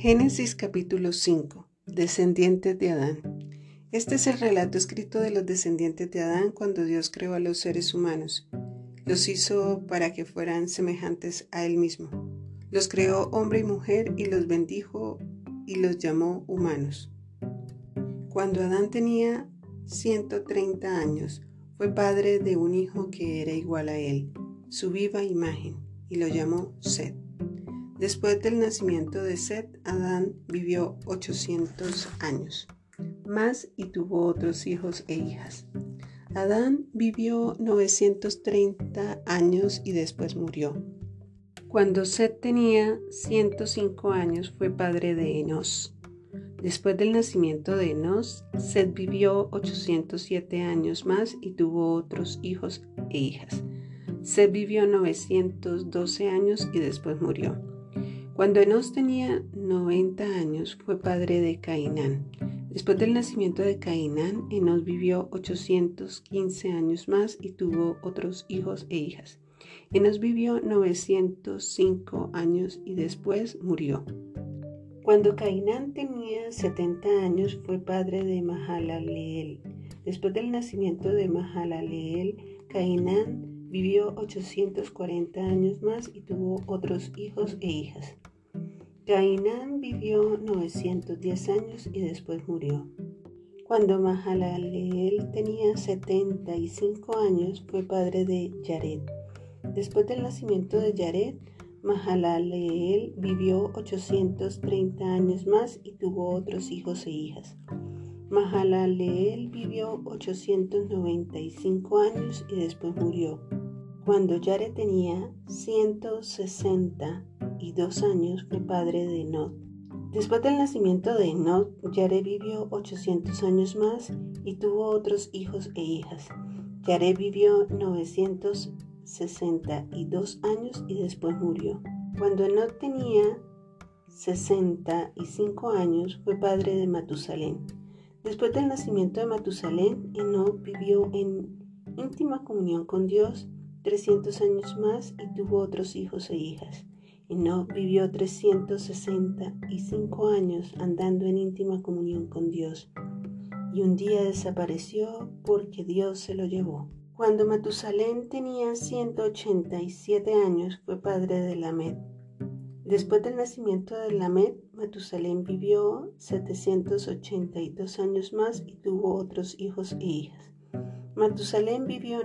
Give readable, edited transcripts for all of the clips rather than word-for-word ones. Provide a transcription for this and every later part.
Génesis capítulo 5. Descendientes de Adán. Este es el relato escrito de los descendientes de Adán cuando Dios creó a los seres humanos. Los hizo para que fueran semejantes a Él mismo. Los creó hombre y mujer y los bendijo y los llamó humanos. Cuando Adán tenía 130 años, fue padre de un hijo que era igual a él, su viva imagen, y lo llamó Set. Después del nacimiento de Set, Adán vivió 800 años más y tuvo otros hijos e hijas. Adán vivió 930 años y después murió. Cuando Set tenía 105 años, fue padre de Enos. Después del nacimiento de Enos, Set vivió 807 años más y tuvo otros hijos e hijas. Set vivió 912 años y después murió. Cuando Enos tenía 90 años, fue padre de Cainán. Después del nacimiento de Cainán, Enos vivió 815 años más y tuvo otros hijos e hijas. Enos vivió 905 años y después murió. Cuando Cainán tenía 70 años, fue padre de Mahalaleel. Después del nacimiento de Mahalaleel, Cainán vivió 840 años más y tuvo otros hijos e hijas. Cainán vivió 910 años y después murió. Cuando Mahalaleel tenía 75 años, fue padre de Yared. Después del nacimiento de Yared, Mahalaleel vivió 830 años más y tuvo otros hijos e hijas. Mahalaleel vivió 895 años y después murió. Cuando Yared tenía 162 años, fue padre de Enod. Después del nacimiento de Enod, Yared vivió 800 años más y tuvo otros hijos e hijas. Yared vivió 962 años y después murió. Cuando Enod tenía 65 años, fue padre de Matusalén. Después del nacimiento de Matusalén, Enod vivió en íntima comunión con Dios 300 años más y tuvo otros hijos e hijas. Enod vivió 365 años andando en íntima comunión con Dios, y un día desapareció porque Dios se lo llevó. Cuando Matusalén tenía 187 años, fue padre de Lamed. Después del nacimiento de Lamed, Matusalén vivió 782 años más y tuvo otros hijos e hijas. Matusalén vivió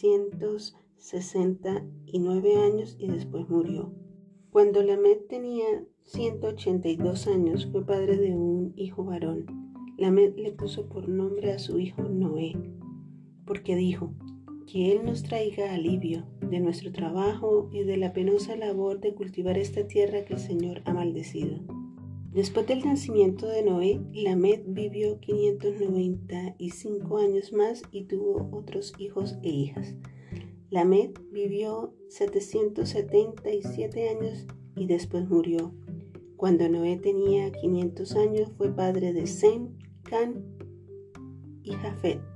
969 años y después murió. Cuando Lamed tenía 182 años, fue padre de un hijo varón. Lamed le puso por nombre a su hijo Noé, porque dijo: que Él nos traiga alivio de nuestro trabajo y de la penosa labor de cultivar esta tierra que el Señor ha maldecido. Después del nacimiento de Noé, Lamed vivió 595 años más y tuvo otros hijos e hijas. Lamed vivió 777 años y después murió. Cuando Noé tenía 500 años, fue padre de Sem, Can y Jafet.